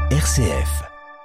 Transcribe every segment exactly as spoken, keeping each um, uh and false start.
R C F.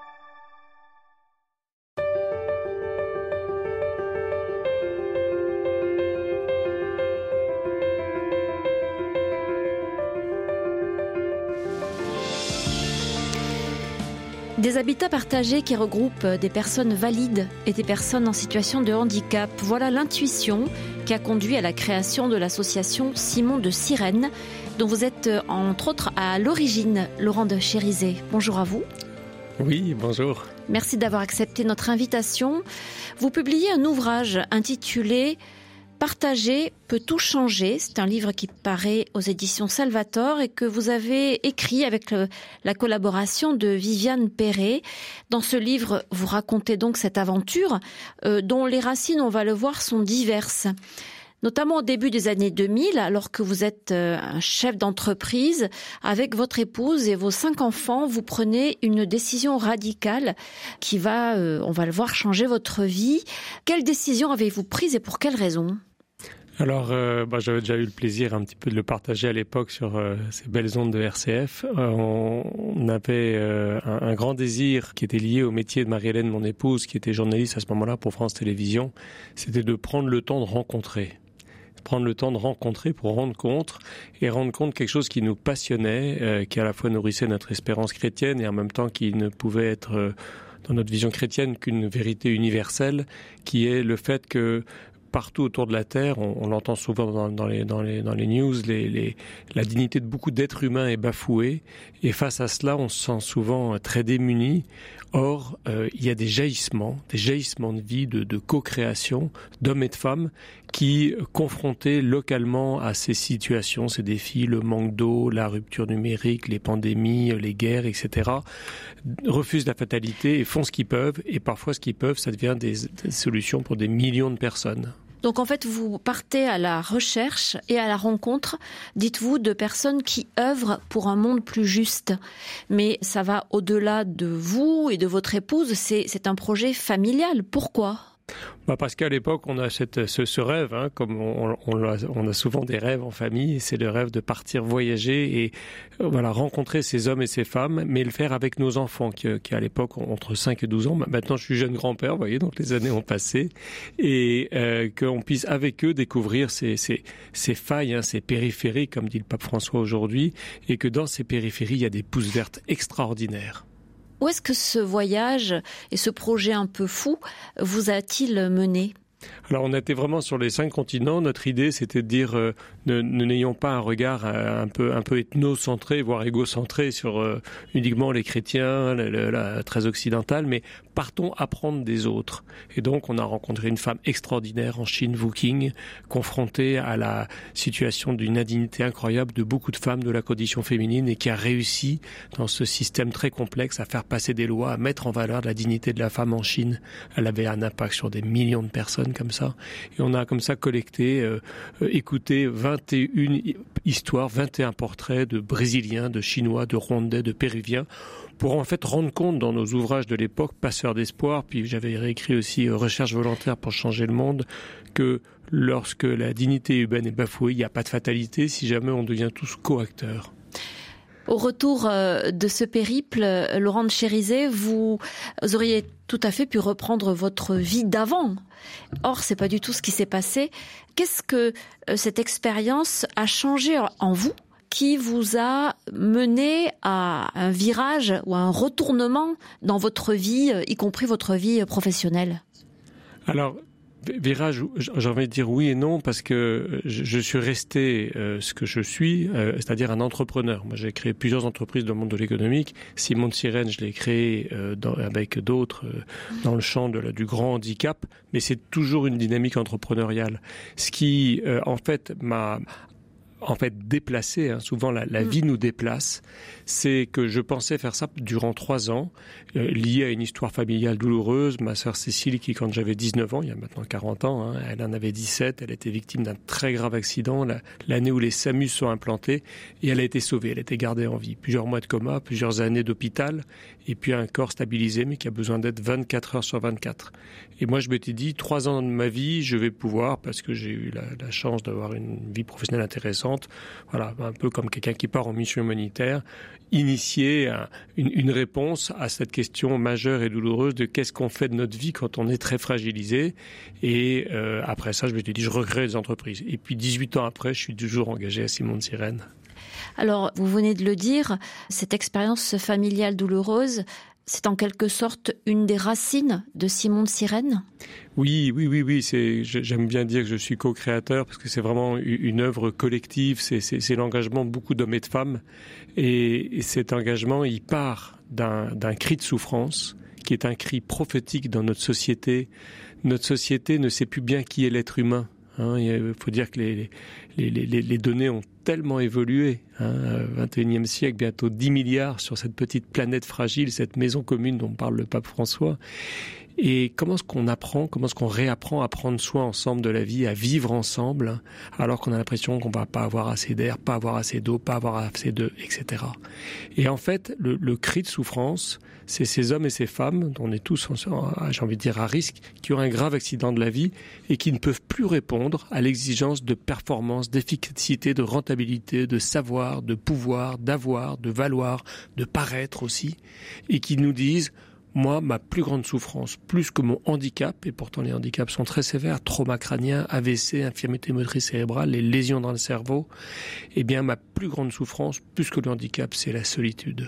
Des habitats partagés qui regroupent des personnes valides et des personnes en situation de handicap. Voilà l'intuition qui a conduit à la création de l'association Simon de Sirène, dont vous êtes entre autres à l'origine, Laurent de Chérizet. Bonjour à vous. Oui, bonjour. Merci d'avoir accepté notre invitation. Vous publiez un ouvrage intitulé « Partager peut tout changer ». C'est un livre qui paraît aux éditions Salvator et que vous avez écrit avec le, la collaboration de Viviane Perret. Dans ce livre, vous racontez donc cette aventure euh, dont les racines, on va le voir, sont diverses. Notamment au début des années deux mille, alors que vous êtes euh, un chef d'entreprise, avec votre épouse et vos cinq enfants, vous prenez une décision radicale qui va, euh, on va le voir, changer votre vie. Quelle décision avez-vous prise et pour quelles raisons ? Alors, euh, bah, j'avais déjà eu le plaisir un petit peu de le partager à l'époque sur euh, ces belles ondes de R C F. Euh, on, on avait euh, un, un grand désir qui était lié au métier de Marie-Hélène, mon épouse, qui était journaliste à ce moment-là pour France Télévisions. C'était de prendre le temps de rencontrer. Prendre le temps de rencontrer pour rendre compte et rendre compte quelque chose qui nous passionnait, euh, qui à la fois nourrissait notre espérance chrétienne et en même temps qui ne pouvait être euh, dans notre vision chrétienne qu'une vérité universelle, qui est le fait que partout autour de la Terre, on, on l'entend souvent dans, dans, les, dans, les, dans les news, les, les, la dignité de beaucoup d'êtres humains est bafouée. Et face à cela, on se sent souvent très démuni. Or, euh, il y a des jaillissements, des jaillissements de vie, de, de co-création d'hommes et de femmes qui, confrontés localement à ces situations, ces défis, le manque d'eau, la rupture numérique, les pandémies, les guerres, et cetera, refusent la fatalité et font ce qu'ils peuvent. Et parfois, ce qu'ils peuvent, ça devient des, des solutions pour des millions de personnes. Donc en fait, vous partez à la recherche et à la rencontre, dites-vous, de personnes qui œuvrent pour un monde plus juste. Mais ça va au-delà de vous et de votre épouse, c'est, c'est un projet familial. Pourquoi ? Bah parce qu'à l'époque, on a cette, ce, ce rêve, hein, comme on, on, a, on a souvent des rêves en famille, et c'est le rêve de partir voyager et euh, voilà, rencontrer ces hommes et ces femmes, mais le faire avec nos enfants, qui, qui à l'époque ont entre cinq et douze ans. Maintenant, je suis jeune grand-père, vous voyez, donc les années ont passé, et euh, qu'on puisse avec eux découvrir ces, ces, ces failles, hein, ces périphéries, comme dit le pape François aujourd'hui, et que dans ces périphéries, il y a des pousses vertes extraordinaires. Où est-ce que ce voyage et ce projet un peu fou vous a-t-il mené ? Alors on était vraiment sur les cinq continents. Notre idée, c'était de dire euh, ne, ne n'ayons pas un regard euh, un peu un peu ethnocentré, voire égocentré sur euh, uniquement les chrétiens, la, la, la, très occidentale, mais partons apprendre des autres. Et donc on a rencontré une femme extraordinaire en Chine, Wu Qing, confrontée à la situation d'une indignité incroyable de beaucoup de femmes de la condition féminine et qui a réussi dans ce système très complexe à faire passer des lois, à mettre en valeur la dignité de la femme en Chine. Elle avait un impact sur des millions de personnes comme ça. Et on a comme ça collecté, euh, écouté vingt et une histoires, vingt et un portraits de Brésiliens, de Chinois, de Rwandais, de Péruviens, pour en fait rendre compte dans nos ouvrages de l'époque, Passeurs d'espoir, puis j'avais réécrit aussi euh, Recherche volontaire pour changer le monde, que lorsque la dignité humaine est bafouée, il n'y a pas de fatalité si jamais on devient tous co-acteurs. Au retour de ce périple, Laurent de Chérizet, vous auriez tout à fait pu reprendre votre vie d'avant. Or, c'est pas du tout ce qui s'est passé. Qu'est-ce que cette expérience a changé en vous, qui vous a mené à un virage ou à un retournement dans votre vie, y compris votre vie professionnelle ? Alors, virage, j'ai envie de dire oui et non, parce que je, je suis resté euh, ce que je suis, euh, c'est-à-dire un entrepreneur. Moi, j'ai créé plusieurs entreprises dans le monde de l'économique. Simon de Sirène, je l'ai créé euh, dans, avec d'autres euh, dans le champ de la, du grand handicap, mais c'est toujours une dynamique entrepreneuriale. Ce qui, euh, en fait, m'a en fait déplacé, hein, souvent la, la vie nous déplace, c'est que je pensais faire ça durant trois ans, euh, lié à une histoire familiale douloureuse. Ma sœur Cécile, qui quand j'avais dix-neuf ans, il y a maintenant quarante ans, hein, elle en avait dix-sept, elle était victime d'un très grave accident, la, l'année où les SAMU sont implantés, et elle a été sauvée, elle a été gardée en vie. Plusieurs mois de coma, plusieurs années d'hôpital, et puis un corps stabilisé, mais qui a besoin d'être vingt-quatre heures sur vingt-quatre. Et moi je m'étais dit, trois ans de ma vie, je vais pouvoir, parce que j'ai eu la, la chance d'avoir une vie professionnelle intéressante, sente, voilà, un peu comme quelqu'un qui part en mission humanitaire, initier un, une, une réponse à cette question majeure et douloureuse de qu'est-ce qu'on fait de notre vie quand on est très fragilisé. Et euh, après ça, je me suis dit, je regrette les entreprises. Et puis dix-huit ans après, je suis toujours engagé à Simon de Sirène. Alors, vous venez de le dire, cette expérience familiale douloureuse, c'est en quelque sorte une des racines de Simon de Sirène ? Oui, oui, oui, oui. C'est, j'aime bien dire que je suis co-créateur parce que c'est vraiment une œuvre collective. C'est, c'est, c'est l'engagement de beaucoup d'hommes et de femmes. Et, et cet engagement, il part d'un, d'un cri de souffrance qui est un cri prophétique dans notre société. Notre société ne sait plus bien qui est l'être humain. Hein, il faut dire que les, les, les, les données ont tellement évolué. Hein, vingt et unième siècle, bientôt dix milliards sur cette petite planète fragile, cette maison commune dont parle le pape François. Et comment est-ce qu'on apprend, comment est-ce qu'on réapprend à prendre soin ensemble de la vie, à vivre ensemble, alors qu'on a l'impression qu'on va pas avoir assez d'air, pas avoir assez d'eau, pas avoir assez de, et cetera. Et en fait, le, le cri de souffrance, c'est ces hommes et ces femmes, dont on est tous, j'ai envie de dire, à risque, qui ont un grave accident de la vie et qui ne peuvent plus répondre à l'exigence de performance, d'efficacité, de rentabilité, de savoir, de pouvoir, d'avoir, de valoir, de paraître aussi, et qui nous disent: moi, ma plus grande souffrance, plus que mon handicap, et pourtant les handicaps sont très sévères, trauma crânien, A V C, infirmité motrice cérébrale, les lésions dans le cerveau, eh bien ma plus grande souffrance, plus que le handicap, c'est la solitude.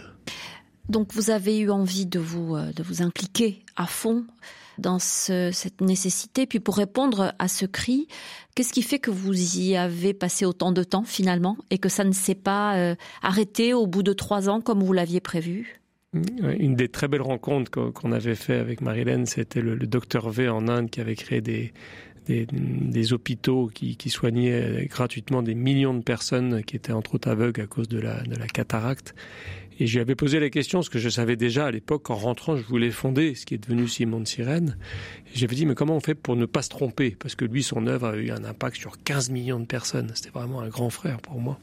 Donc vous avez eu envie de vous, de vous impliquer à fond dans ce, cette nécessité. Puis pour répondre à ce cri, qu'est-ce qui fait que vous y avez passé autant de temps finalement et que ça ne s'est pas euh, arrêté au bout de trois ans comme vous l'aviez prévu ? Une des très belles rencontres qu'on avait fait avec Marie-Hélène, c'était le, le docteur V en Inde qui avait créé des, des, des hôpitaux qui, qui soignaient gratuitement des millions de personnes qui étaient entre autres aveugles à cause de la, de la cataracte. Et je lui avais posé la question, ce que je savais déjà à l'époque, en rentrant, je voulais fonder ce qui est devenu Simon de Sirène. Et j'avais dit, mais comment on fait pour ne pas se tromper ? Parce que lui, son œuvre a eu un impact sur quinze millions de personnes. C'était vraiment un grand frère pour moi.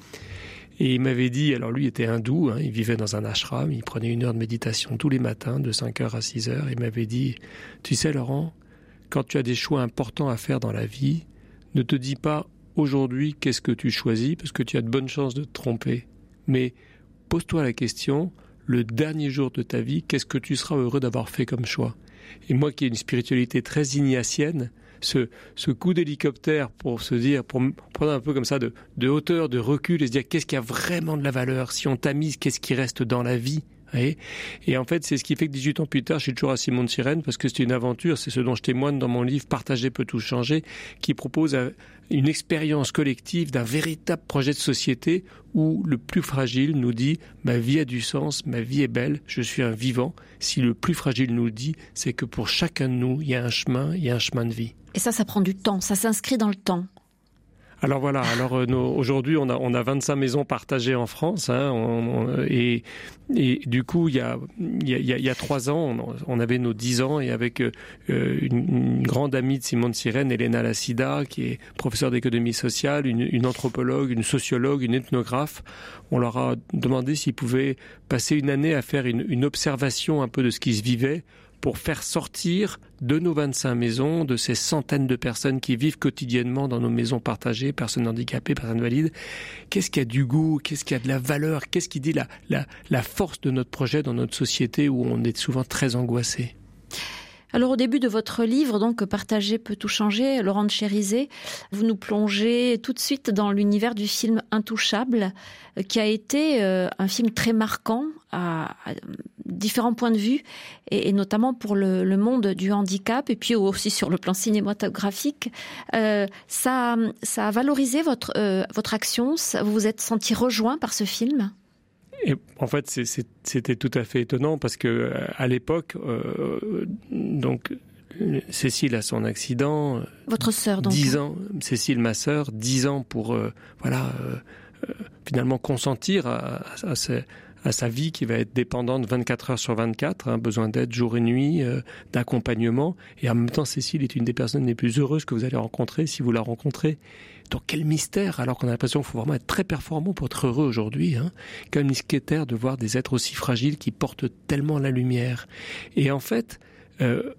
Et il m'avait dit, alors lui était hindou, hein, il vivait dans un ashram, il prenait une heure de méditation tous les matins, de cinq heures à six heures. Il m'avait dit, tu sais Laurent, quand tu as des choix importants à faire dans la vie, ne te dis pas aujourd'hui qu'est-ce que tu choisis, parce que tu as de bonnes chances de te tromper. Mais pose-toi la question, le dernier jour de ta vie, qu'est-ce que tu seras heureux d'avoir fait comme choix ? Et moi qui ai une spiritualité très ignatienne, ce, ce coup d'hélicoptère pour se dire, pour prendre un peu comme ça de, de hauteur, de recul et se dire qu'est-ce qui a vraiment de la valeur ? Si on tamise, qu'est-ce qui reste dans la vie ? Et, et en fait, c'est ce qui fait que dix-huit ans plus tard, je suis toujours à Simon de Sirène parce que c'est une aventure, c'est ce dont je témoigne dans mon livre « Partager peut tout changer » qui propose une expérience collective d'un véritable projet de société où le plus fragile nous dit « ma vie a du sens, ma vie est belle, je suis un vivant ». Si le plus fragile nous le dit, c'est que pour chacun de nous, il y a un chemin, il y a un chemin de vie. Et ça, ça prend du temps, ça s'inscrit dans le temps. Alors voilà, alors euh, nos, aujourd'hui on a on a vingt-cinq maisons partagées en France, hein, on, on, et et du coup il y a il y a il y a trois ans on, on avait nos dix ans et avec euh, une, une grande amie de Simon de Sirène, Elena Lassida, qui est professeure d'économie sociale, une, une anthropologue, une sociologue, une ethnographe, on leur a demandé s'ils pouvaient passer une année à faire une, une observation un peu de ce qui se vivait, pour faire sortir de nos vingt-cinq maisons, de ces centaines de personnes qui vivent quotidiennement dans nos maisons partagées, personnes handicapées, personnes valides, qu'est-ce qui a du goût, qu'est-ce qui a de la valeur, qu'est-ce qui dit la, la, la force de notre projet dans notre société où on est souvent très angoissé. Alors au début de votre livre, donc Partager peut tout changer, Laurent de Chérizet, vous nous plongez tout de suite dans l'univers du film Intouchable, qui a été euh, un film très marquant à, à différents points de vue, et, et notamment pour le, le monde du handicap, et puis aussi sur le plan cinématographique. Euh, ça, ça a valorisé votre, euh, votre action, ça, vous vous êtes senti rejoint par ce film ? Et en fait, c'est, c'est, c'était tout à fait étonnant parce que à l'époque, euh, donc Cécile a son accident. Votre sœur, donc. Dix ans, Cécile, ma sœur, dix ans pour euh, voilà euh, euh, finalement consentir à, à, à, sa, à sa vie qui va être dépendante vingt-quatre heures sur vingt-quatre, hein, besoin d'aide jour et nuit, euh, d'accompagnement. Et en même temps, Cécile est une des personnes les plus heureuses que vous allez rencontrer si vous la rencontrez. Donc quel mystère, alors qu'on a l'impression qu'il faut vraiment être très performant pour être heureux aujourd'hui, hein. Quel mystère de voir des êtres aussi fragiles qui portent tellement la lumière. Et en fait, euh,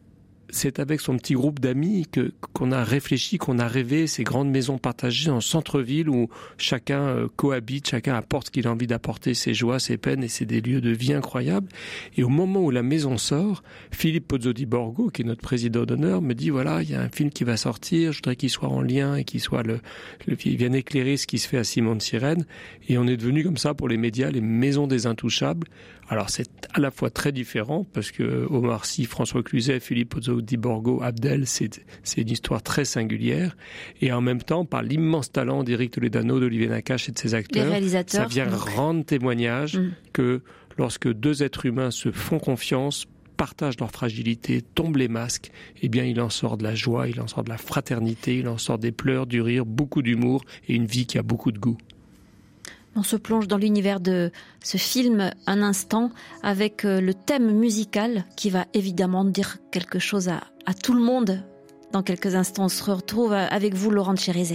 c'est avec son petit groupe d'amis que, qu'on a réfléchi, qu'on a rêvé ces grandes maisons partagées en centre-ville où chacun euh, cohabite, chacun apporte ce qu'il a envie d'apporter, ses joies, ses peines, et c'est des lieux de vie incroyables. Et au moment où la maison sort, Philippe Pozzo di Borgo, qui est notre président d'honneur, me dit voilà, il y a un film qui va sortir, je voudrais qu'il soit en lien et qu'il soit le, le qu'il vienne éclairer ce qui se fait à Simon de Sirène. Et on est devenu comme ça pour les médias les maisons des intouchables. Alors c'est à la fois très différent parce que Omar Sy, François Cluzet, Philippe Pozzo di Borgo, Abdel, c'est, c'est une histoire très singulière. Et en même temps, par l'immense talent d'Éric Toledano, d'Olivier Nakache et de ses acteurs, ça vient rendre témoignage mmh. que lorsque deux êtres humains se font confiance, partagent leur fragilité, tombent les masques, eh bien il en sort de la joie, il en sort de la fraternité, il en sort des pleurs, du rire, beaucoup d'humour et une vie qui a beaucoup de goût. On se plonge dans l'univers de ce film un instant avec le thème musical qui va évidemment dire quelque chose à, à tout le monde. Dans quelques instants, on se retrouve avec vous, Laurent de Chérizet.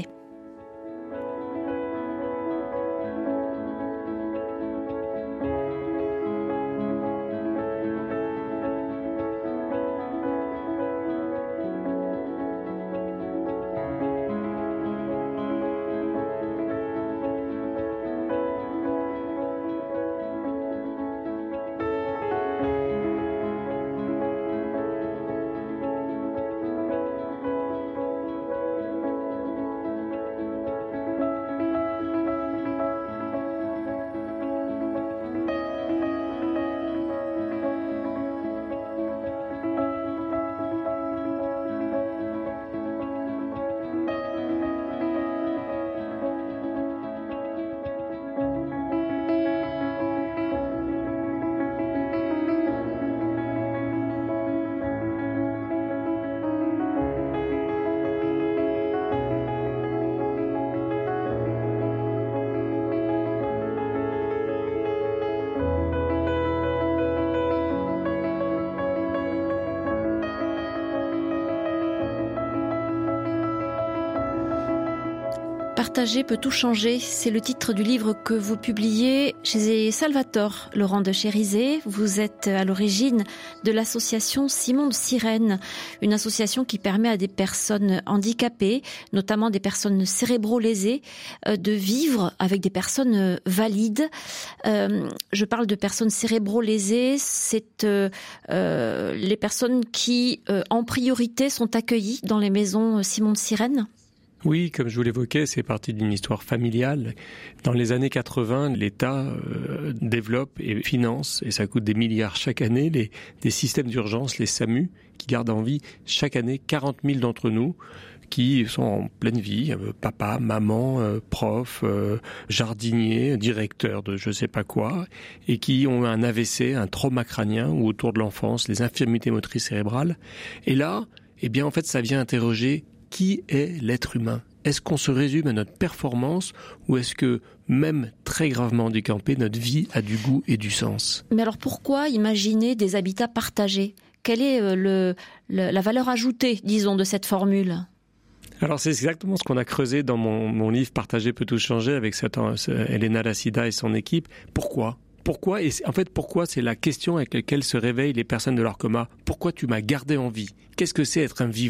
Partager peut tout changer, c'est le titre du livre que vous publiez chez Salvatore, Laurent de Chérizet. Vous êtes à l'origine de l'association Simon de Sirène, une association qui permet à des personnes handicapées, notamment des personnes cérébro-lésées, de vivre avec des personnes valides. Euh, je parle de personnes cérébro-lésées, c'est euh, euh, les personnes qui, euh, en priorité, sont accueillies dans les maisons Simon de Sirène. Oui, comme je vous l'évoquais, c'est parti d'une histoire familiale. Dans les années quatre-vingts, l'État euh, développe et finance, et ça coûte des milliards chaque année, les, des systèmes d'urgence, les SAMU, qui gardent en vie chaque année quarante mille d'entre nous, qui sont en pleine vie, euh, papa, maman, euh, prof, euh, jardinier, directeur de je sais pas quoi, et qui ont un A V C, un trauma crânien, ou autour de l'enfance, les infirmités motrices cérébrales. Et là, eh bien, en fait, ça vient interroger qui est l'être humain ? Est-ce qu'on se résume à notre performance ou est-ce que, même très gravement handicapé, notre vie a du goût et du sens ? Mais alors pourquoi imaginer des habitats partagés ? Quelle est le, le, la valeur ajoutée, disons, de cette formule ? Alors c'est exactement ce qu'on a creusé dans mon, mon livre « Partager peut tout changer » avec cette, Elena Lassida et son équipe. Pourquoi ? Pourquoi ? Et en fait, pourquoi ? C'est la question avec laquelle se réveillent les personnes de leur coma. Pourquoi tu m'as gardé en vie ? Qu'est-ce que c'est être un vivant ?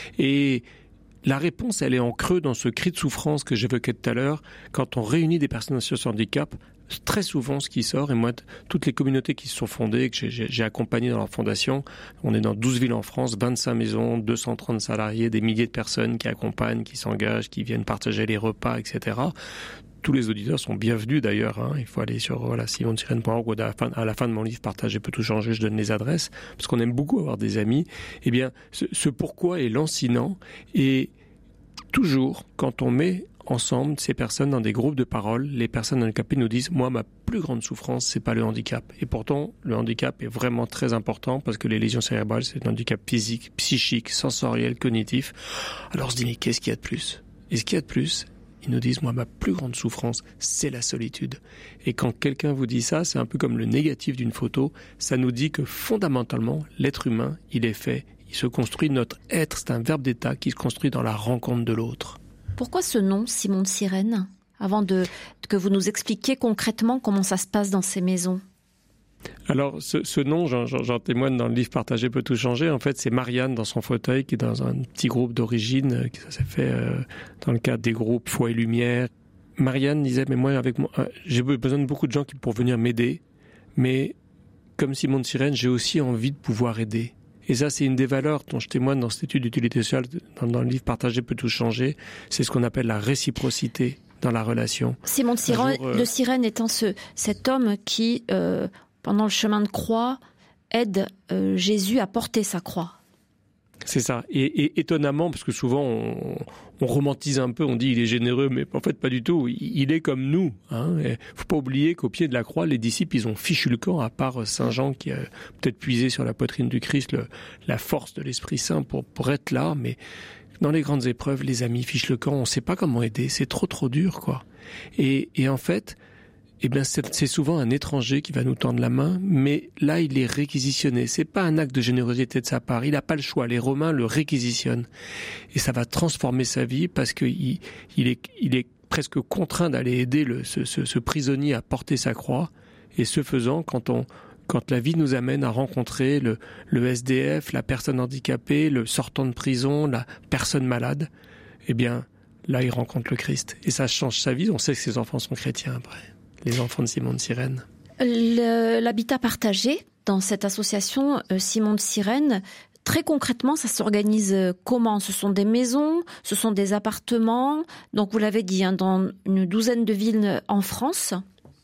Et la réponse, elle est en creux dans ce cri de souffrance que j'évoquais tout à l'heure. Quand on réunit des personnes en situation de handicap, très souvent ce qui sort, et moi, toutes les communautés qui se sont fondées, que j'ai, j'ai accompagnées dans leur fondation, on est dans douze villes en France, vingt-cinq maisons, deux cent trente salariés, des milliers de personnes qui accompagnent, qui s'engagent, qui viennent partager les repas, et cetera. Tous les auditeurs sont bienvenus d'ailleurs. Hein. Il faut aller sur voilà, simon de sirène point org ou à la, fin, à la fin de mon livre « Partager peut tout changer », je donne les adresses, parce qu'on aime beaucoup avoir des amis. Eh bien, ce, ce pourquoi est lancinant. Et toujours, quand on met ensemble ces personnes dans des groupes de parole, les personnes handicapées nous disent « Moi, ma plus grande souffrance, c'est pas le handicap ». Et pourtant, le handicap est vraiment très important parce que les lésions cérébrales, c'est un handicap physique, psychique, sensoriel, cognitif. Alors on se dit « Mais qu'est-ce qu'il y a de plus ?» Et ce qu'il y a de plus, ils nous disent, moi, ma plus grande souffrance, c'est la solitude. Et quand quelqu'un vous dit ça, c'est un peu comme le négatif d'une photo. Ça nous dit que fondamentalement, l'être humain, il est fait. Il se construit, notre être, c'est un verbe d'état qui se construit dans la rencontre de l'autre. Pourquoi ce nom, Simon de Sirène ? Avant de, que vous nous expliquiez concrètement comment ça se passe dans ces maisons. Alors, ce, ce nom, j'en, j'en témoigne dans le livre « Partager peut tout changer ». En fait, c'est Marianne dans son fauteuil qui est dans un petit groupe d'origine. Ça s'est fait euh, dans le cadre des groupes Foi et Lumière. Marianne disait, mais moi, avec moi, j'ai besoin de beaucoup de gens qui pour venir m'aider. Mais comme Simon de Sirène, j'ai aussi envie de pouvoir aider. Et ça, c'est une des valeurs dont je témoigne dans cette étude d'utilité sociale, dans, dans le livre « Partager peut tout changer ». C'est ce qu'on appelle la réciprocité dans la relation. Simon de Sirène, jour, euh... de Sirène étant ce, cet homme qui, euh, pendant le chemin de croix, aide euh, Jésus à porter sa croix. C'est ça. Et, et étonnamment, parce que souvent on, on romantise un peu, on dit il est généreux, mais en fait pas du tout. Il, il est comme nous. Hein. Et faut pas oublier qu'au pied de la croix, les disciples, ils ont fichu le camp, à part Saint Jean qui a peut-être puisé sur la poitrine du Christ le, la force de l'Esprit Saint pour, pour être là. Mais dans les grandes épreuves, les amis fichent le camp. On sait pas comment aider. C'est trop trop dur, quoi. Et, et en fait, eh bien, c'est, c'est souvent un étranger qui va nous tendre la main, mais là, il est réquisitionné. C'est pas un acte de générosité de sa part. Il n'a pas le choix. Les Romains le réquisitionnent. Et ça va transformer sa vie parce qu'il il est, il est presque contraint d'aller aider le, ce, ce, ce prisonnier à porter sa croix. Et ce faisant, quand on, quand la vie nous amène à rencontrer le, le S D F, la personne handicapée, le sortant de prison, la personne malade, eh bien, là, il rencontre le Christ. Et ça change sa vie. On sait que ses enfants sont chrétiens après. Les enfants de Simon de Sirène. Le, l'habitat partagé dans cette association euh, Simon de Sirène, très concrètement, ça s'organise comment ? Ce sont des maisons, ce sont des appartements, donc vous l'avez dit, hein, dans une douzaine de villes en France.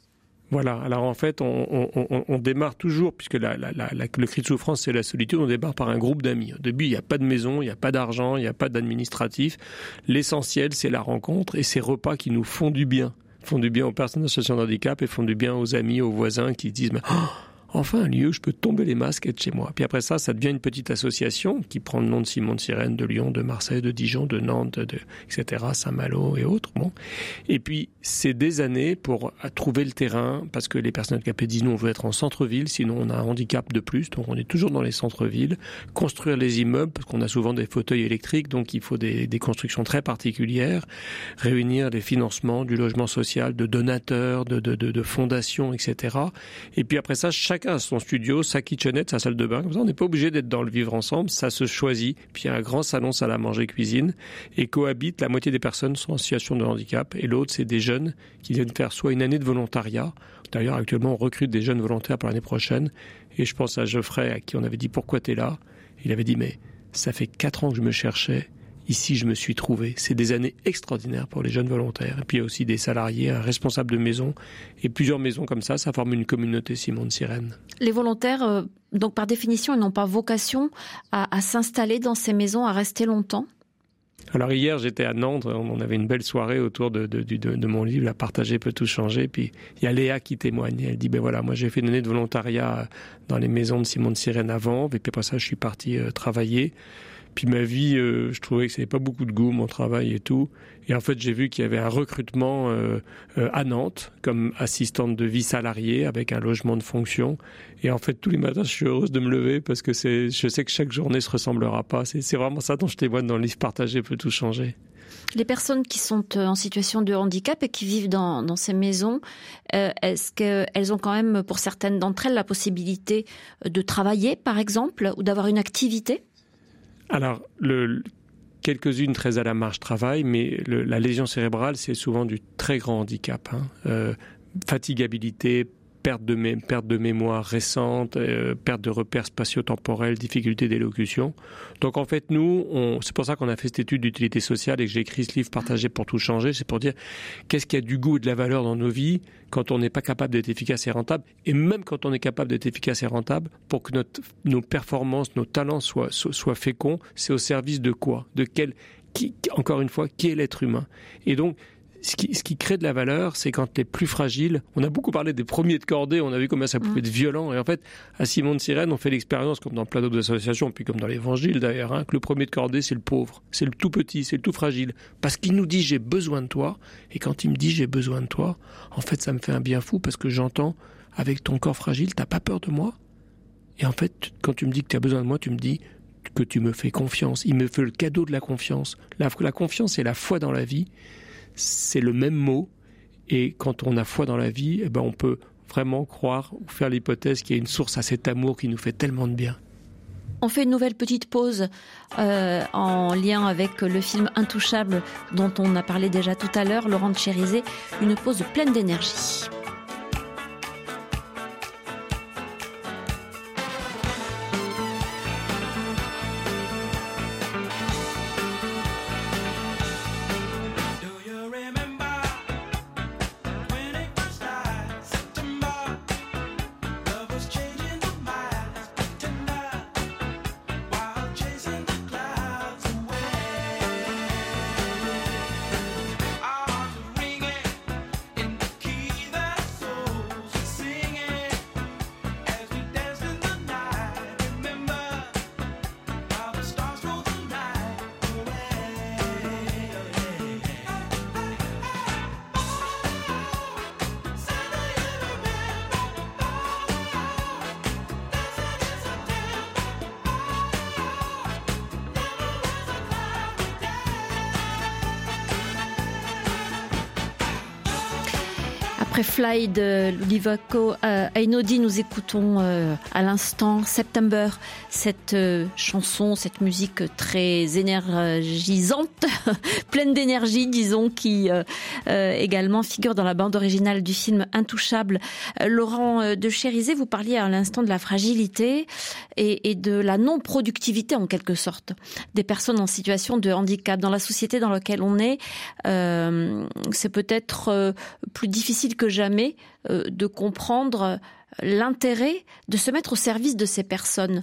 Voilà, alors en fait, on, on, on, on démarre toujours, puisque la, la, la, le cri de souffrance, c'est la solitude, on démarre par un groupe d'amis. Au début, il n'y a pas de maison, il n'y a pas d'argent, il n'y a pas d'administratif. L'essentiel, c'est la rencontre et ces repas qui nous font du bien. Font du bien aux personnes en situation de handicap et font du bien aux amis, aux voisins qui disent mais, « Oh, enfin un lieu où je peux tomber les masques et être chez moi ». Puis après ça, ça devient une petite association qui prend le nom de Simon de Sirène, de Lyon, de Marseille, de Dijon, de Nantes, de, et cetera, Saint-Malo et autres. Bon. Et puis, c'est des années pour trouver le terrain, parce que les personnes handicapées disent nous, on veut être en centre-ville, sinon on a un handicap de plus, donc on est toujours dans les centres-villes. Construire les immeubles, parce qu'on a souvent des fauteuils électriques, donc il faut des, des constructions très particulières. Réunir des financements, du logement social, de donateurs, de, de, de, de fondations, et cetera. Et puis après ça, chaque Chacun a son studio, sa kitchenette, sa salle de bain. Comme ça, on n'est pas obligé d'être dans le vivre ensemble. Ça se choisit. Puis il y a un grand salon, salle à manger, cuisine. Et cohabitent. La moitié des personnes sont en situation de handicap. Et l'autre, c'est des jeunes qui viennent faire soit une année de volontariat. D'ailleurs, actuellement, on recrute des jeunes volontaires pour l'année prochaine. Et je pense à Geoffrey, à qui on avait dit « Pourquoi t'es là ?» Il avait dit « Mais ça fait quatre ans que je me cherchais. Ici, je me suis trouvé. » C'est des années extraordinaires pour les jeunes volontaires. Et puis, il y a aussi des salariés, un responsable de maison. Et plusieurs maisons comme ça, ça forme une communauté Simon de Sirène. Les volontaires, euh, donc par définition, ils n'ont pas vocation à, à s'installer dans ces maisons, à rester longtemps ? Alors hier, j'étais à Nantes, on avait une belle soirée autour de, de, de, de mon livre, La Partager peut tout changer. Puis il y a Léa qui témoigne. Elle dit, ben voilà, moi j'ai fait une année de volontariat dans les maisons de Simon de Sirène avant. Et puis après ça, je suis parti euh, travailler. Puis ma vie, euh, je trouvais que ça n'avait pas beaucoup de goût, mon travail et tout. Et en fait, j'ai vu qu'il y avait un recrutement euh, euh, à Nantes, comme assistante de vie salariée, avec un logement de fonction. Et en fait, tous les matins, je suis heureuse de me lever parce que c'est, je sais que chaque journée se ressemblera pas. C'est, c'est vraiment ça dont je témoigne dans le livre Partager peut tout changer. Les personnes qui sont en situation de handicap et qui vivent dans, dans ces maisons, euh, est-ce qu'elles ont quand même, pour certaines d'entre elles, la possibilité de travailler, par exemple, ou d'avoir une activité ? Alors, le, quelques-unes très à la marge travaillent, mais le, la lésion cérébrale, c'est souvent du très grand handicap. Hein. Euh, fatigabilité, perte de, mé- perte de mémoire récente, euh, perte de repères spatio-temporels, difficulté d'élocution. Donc en fait, nous, on, c'est pour ça qu'on a fait cette étude d'utilité sociale et que j'ai écrit ce livre Partager pour tout changer. C'est pour dire qu'est-ce qu'il y a du goût et de la valeur dans nos vies quand on n'est pas capable d'être efficace et rentable, et même quand on est capable d'être efficace et rentable, pour que notre, nos performances, nos talents soient, soient, soient féconds, c'est au service de quoi ? De quel, qui, encore une fois, qui est l'être humain ? Et donc, Ce qui, ce qui crée de la valeur, c'est quand les plus fragiles, on a beaucoup parlé des premiers de cordée, on a vu combien ça pouvait être violent, et en fait, à Simon de Sirène, on fait l'expérience, comme dans plein d'autres associations, puis comme dans l'évangile d'ailleurs, hein, que le premier de cordée, c'est le pauvre, c'est le tout petit, c'est le tout fragile, parce qu'il nous dit j'ai besoin de toi, et quand il me dit j'ai besoin de toi, en fait, ça me fait un bien fou, parce que j'entends, avec ton corps fragile, t'as pas peur de moi ? Et en fait, quand tu me dis que tu as besoin de moi, tu me dis que tu me fais confiance, il me fait le cadeau de la confiance. La, la confiance et la foi dans la vie, c'est le même mot, et quand on a foi dans la vie, eh ben on peut vraiment croire ou faire l'hypothèse qu'il y a une source à cet amour qui nous fait tellement de bien. On fait une nouvelle petite pause euh, en lien avec le film Intouchable dont on a parlé déjà tout à l'heure, Laurent de Chérizet, une pause pleine d'énergie. Après Fly de Ludovico euh, Einaudi, nous écoutons euh, à l'instant September, cette euh, chanson, cette musique très énergisante, pleine d'énergie, disons, qui euh, euh, également figure dans la bande originale du film Intouchable. Euh, Laurent euh, de Chérizet, vous parliez à l'instant de la fragilité et, et de la non-productivité, en quelque sorte, des personnes en situation de handicap. Dans la société dans laquelle on est, euh, c'est peut-être euh, plus difficile que jamais euh, de comprendre l'intérêt de se mettre au service de ces personnes,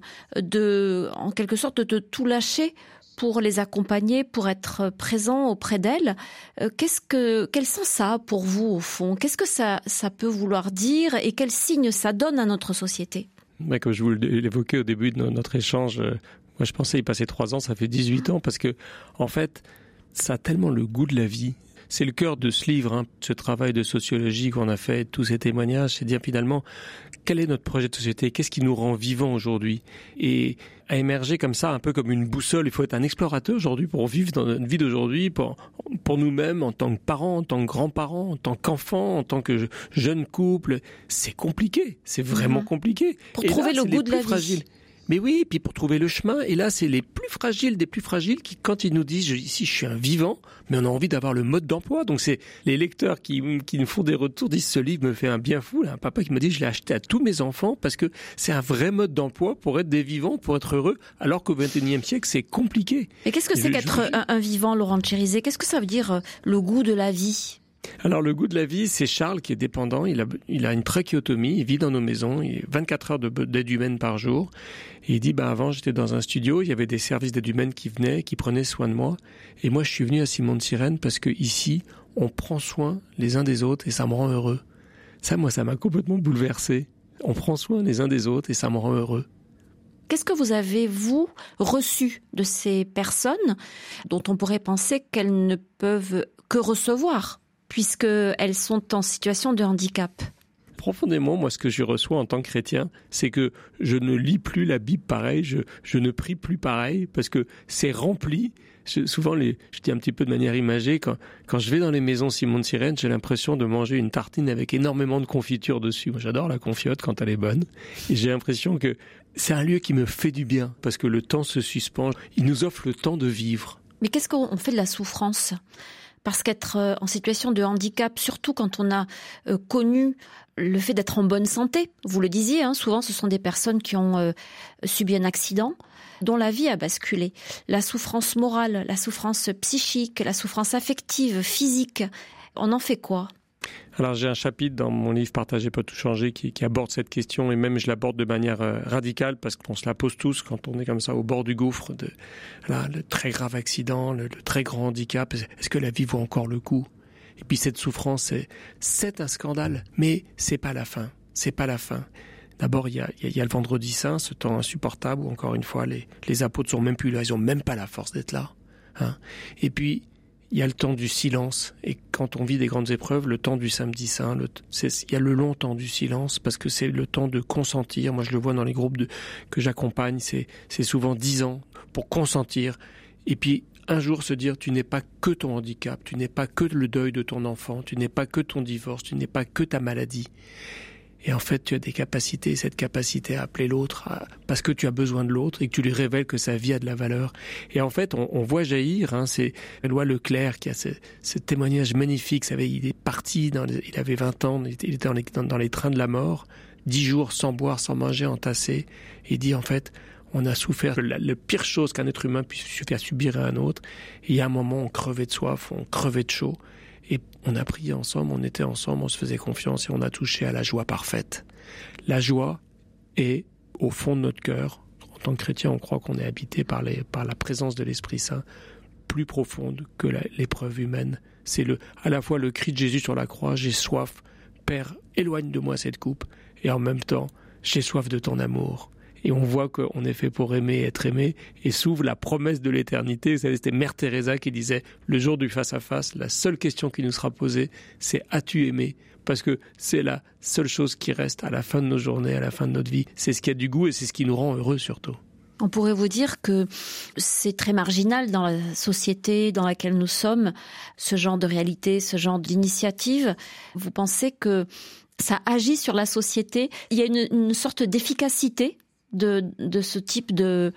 de, en quelque sorte, de tout lâcher pour les accompagner, pour être présent auprès d'elles. Euh, qu'est-ce que, quel sens ça a pour vous, au fond ? Qu'est-ce que ça, ça peut vouloir dire et quel signe ça donne à notre société ? Mais comme je vous l'évoquais au début de notre échange, euh, moi je pensais y passer trois ans, ça fait dix-huit ans, parce que, en fait, ça a tellement le goût de la vie. C'est le cœur de ce livre, hein, ce travail de sociologie qu'on a fait, tous ces témoignages, c'est dire finalement, quel est notre projet de société ? Qu'est-ce qui nous rend vivants aujourd'hui ? Et à émerger comme ça, un peu comme une boussole, il faut être un explorateur aujourd'hui pour vivre dans notre vie d'aujourd'hui, pour, pour nous-mêmes, en tant que parents, en tant que grands-parents, en tant qu'enfants, en tant que jeunes couples. C'est compliqué, c'est vraiment mmh. compliqué. Pour Et trouver là, le goût de la fragiles. vie. Mais oui, et puis pour trouver le chemin, et là c'est les plus fragiles des plus fragiles qui, quand ils nous disent je, ici je suis un vivant, mais on a envie d'avoir le mode d'emploi. Donc c'est les lecteurs qui, qui nous font des retours, disent ce livre me fait un bien fou. Là, un papa qui m'a dit je l'ai acheté à tous mes enfants parce que c'est un vrai mode d'emploi pour être des vivants, pour être heureux, alors qu'au vingt et unième siècle c'est compliqué. Et qu'est-ce que c'est je, qu'être je... un, un vivant, Laurent de Chérizet ? Qu'est-ce que ça veut dire le goût de la vie ? Alors le goût de la vie, c'est Charles qui est dépendant, il a, il a une trachéotomie, il vit dans nos maisons, il a vingt-quatre heures de, d'aide humaine par jour. Et il dit, bah avant j'étais dans un studio, il y avait des services d'aide humaine qui venaient, qui prenaient soin de moi. Et moi je suis venu à Simon de Sirène parce que ici, on prend soin les uns des autres et ça me rend heureux. Ça, moi, ça m'a complètement bouleversé. On prend soin les uns des autres et ça me rend heureux. Qu'est-ce que vous avez, vous, reçu de ces personnes dont on pourrait penser qu'elles ne peuvent que recevoir ? Puisqu'elles sont en situation de handicap. Profondément, moi, ce que je reçois en tant que chrétien, c'est que je ne lis plus la Bible pareil, je, je ne prie plus pareil, parce que c'est rempli. Je, souvent, les, je dis un petit peu de manière imagée, quand, quand je vais dans les maisons Simon de Sirène, j'ai l'impression de manger une tartine avec énormément de confiture dessus. Moi, j'adore la confiote quand elle est bonne. Et j'ai l'impression que c'est un lieu qui me fait du bien, parce que le temps se suspend. Il nous offre le temps de vivre. Mais qu'est-ce qu'on fait de la souffrance ? Parce qu'être en situation de handicap, surtout quand on a euh, connu le fait d'être en bonne santé, vous le disiez, hein, souvent ce sont des personnes qui ont euh, subi un accident, dont la vie a basculé. La souffrance morale, la souffrance psychique, la souffrance affective, physique, on en fait quoi ? Alors j'ai un chapitre dans mon livre « Partager peut tout changer » qui, qui aborde cette question et même je l'aborde de manière euh, radicale parce qu'on se la pose tous quand on est comme ça au bord du gouffre de là, le très grave accident, le, le très grand handicap. Est-ce que la vie vaut encore le coup ? Et puis cette souffrance, c'est, c'est un scandale, mais c'est pas la fin. C'est pas la fin. D'abord, il y a, il y a, il y a le vendredi saint, ce temps insupportable où encore une fois les, les apôtres sont même plus là, ils ont même pas la force d'être là. Hein. Et puis il y a le temps du silence, et quand on vit des grandes épreuves, le temps du samedi saint, le, c'est, il y a le long temps du silence, parce que c'est le temps de consentir. Moi, je le vois dans les groupes de, que j'accompagne, c'est, c'est souvent dix ans pour consentir. Et puis, un jour se dire, tu n'es pas que ton handicap, tu n'es pas que le deuil de ton enfant, tu n'es pas que ton divorce, tu n'es pas que ta maladie. Et en fait, tu as des capacités, cette capacité à appeler l'autre à, parce que tu as besoin de l'autre et que tu lui révèles que sa vie a de la valeur. Et en fait, on, on voit jaillir, hein, c'est Éloi Leclerc qui a ce, ce témoignage magnifique. Vous savez, il est parti, dans les, il avait vingt ans, il était dans les, dans, dans les trains de la mort, dix jours sans boire, sans manger, entassé. Et il dit en fait, on a souffert la, la pire chose qu'un être humain puisse faire subir à un autre. Et il y a un moment, on crevait de soif, on crevait de chaud. Et on a prié ensemble, on était ensemble, on se faisait confiance et on a touché à la joie parfaite. La joie est au fond de notre cœur. En tant que chrétien, on croit qu'on est habité par, les, par la présence de l'Esprit Saint, plus profonde que la, l'épreuve humaine. C'est le, à la fois le cri de Jésus sur la croix, j'ai soif, Père, éloigne de moi cette coupe, et en même temps, j'ai soif de ton amour. Et on voit qu'on est fait pour aimer et être aimé, et s'ouvre la promesse de l'éternité. C'était Mère Teresa qui disait, le jour du face-à-face, la seule question qui nous sera posée, c'est « As-tu aimé ?» Parce que c'est la seule chose qui reste à la fin de nos journées, à la fin de notre vie. C'est ce qui a du goût et c'est ce qui nous rend heureux surtout. On pourrait vous dire que c'est très marginal dans la société dans laquelle nous sommes, ce genre de réalité, ce genre d'initiative. Vous pensez que ça agit sur la société? Il y a une, une sorte d'efficacité De, de ce type de,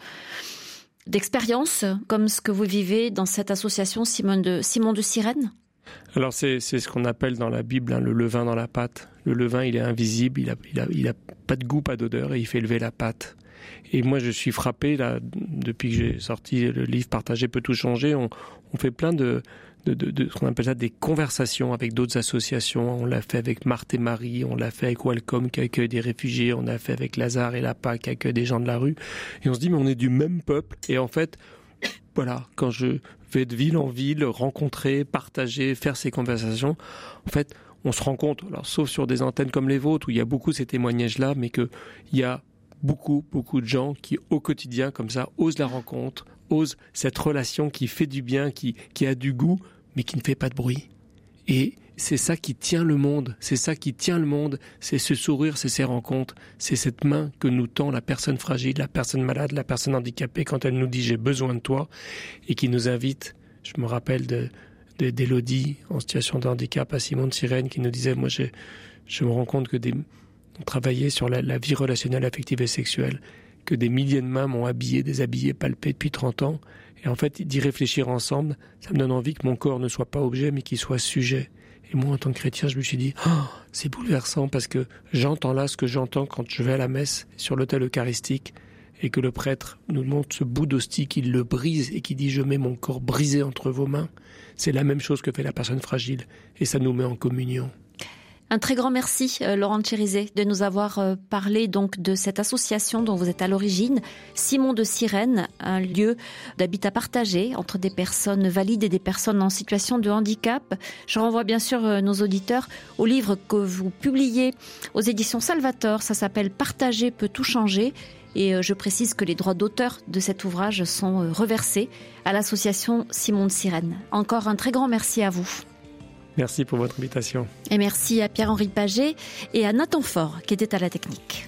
d'expérience, comme ce que vous vivez dans cette association Simon de, Simon de Cyrène? Alors c'est, c'est ce qu'on appelle dans la Bible hein, le levain dans la pâte. Le levain, il est invisible, il a, il a, il a pas de goût, pas d'odeur, et il fait lever la pâte. Et moi, je suis frappé, là, depuis que j'ai sorti le livre « Partager peut tout changer », on, on fait plein de... De, de, de ce qu'on appelle ça des conversations avec d'autres associations. On l'a fait avec Marthe et Marie, on l'a fait avec Welcome qui accueille des réfugiés, on l'a fait avec Lazare et la P A qui accueille des gens de la rue. Et on se dit, mais on est du même peuple. Et en fait, voilà, quand je vais de ville en ville, rencontrer, partager, faire ces conversations, en fait, on se rend compte, alors sauf sur des antennes comme les vôtres, où il y a beaucoup ces témoignages-là, mais qu'il y a beaucoup, beaucoup de gens qui, au quotidien, comme ça, osent la rencontre, osent cette relation qui fait du bien, qui, qui a du goût, mais qui ne fait pas de bruit. Et c'est ça qui tient le monde, c'est ça qui tient le monde, c'est ce sourire, c'est ces rencontres, c'est cette main que nous tend la personne fragile, la personne malade, la personne handicapée quand elle nous dit « j'ai besoin de toi » et qui nous invite, je me rappelle de, de, d'Élodie en situation de handicap à Simon de Cyrène qui nous disait « moi je, je me rends compte que des, on travaillait sur la, la vie relationnelle, affective et sexuelle, que des milliers de mains m'ont habillé, déshabillé, palpé depuis trente ans. Et en fait, d'y réfléchir ensemble, ça me donne envie que mon corps ne soit pas objet, mais qu'il soit sujet. Et moi, en tant que chrétien, je me suis dit, oh, c'est bouleversant parce que j'entends là ce que j'entends quand je vais à la messe sur l'autel eucharistique et que le prêtre nous montre ce bout d'hostie qu'il le brise et qui dit, je mets mon corps brisé entre vos mains. C'est la même chose que fait la personne fragile et ça nous met en communion. Un très grand merci, euh, Laurent Chérizet, de nous avoir euh, parlé donc de cette association dont vous êtes à l'origine, Simon de Cyrène, un lieu d'habitat partagé entre des personnes valides et des personnes en situation de handicap. Je renvoie bien sûr euh, nos auditeurs au livre que vous publiez aux éditions Salvator. Ça s'appelle « Partager peut tout changer ». Et euh, je précise que les droits d'auteur de cet ouvrage sont euh, reversés à l'association Simon de Cyrène. Encore un très grand merci à vous. Merci pour votre invitation. Et merci à Pierre-Henri Paget et à Nathan Faure qui était à la technique.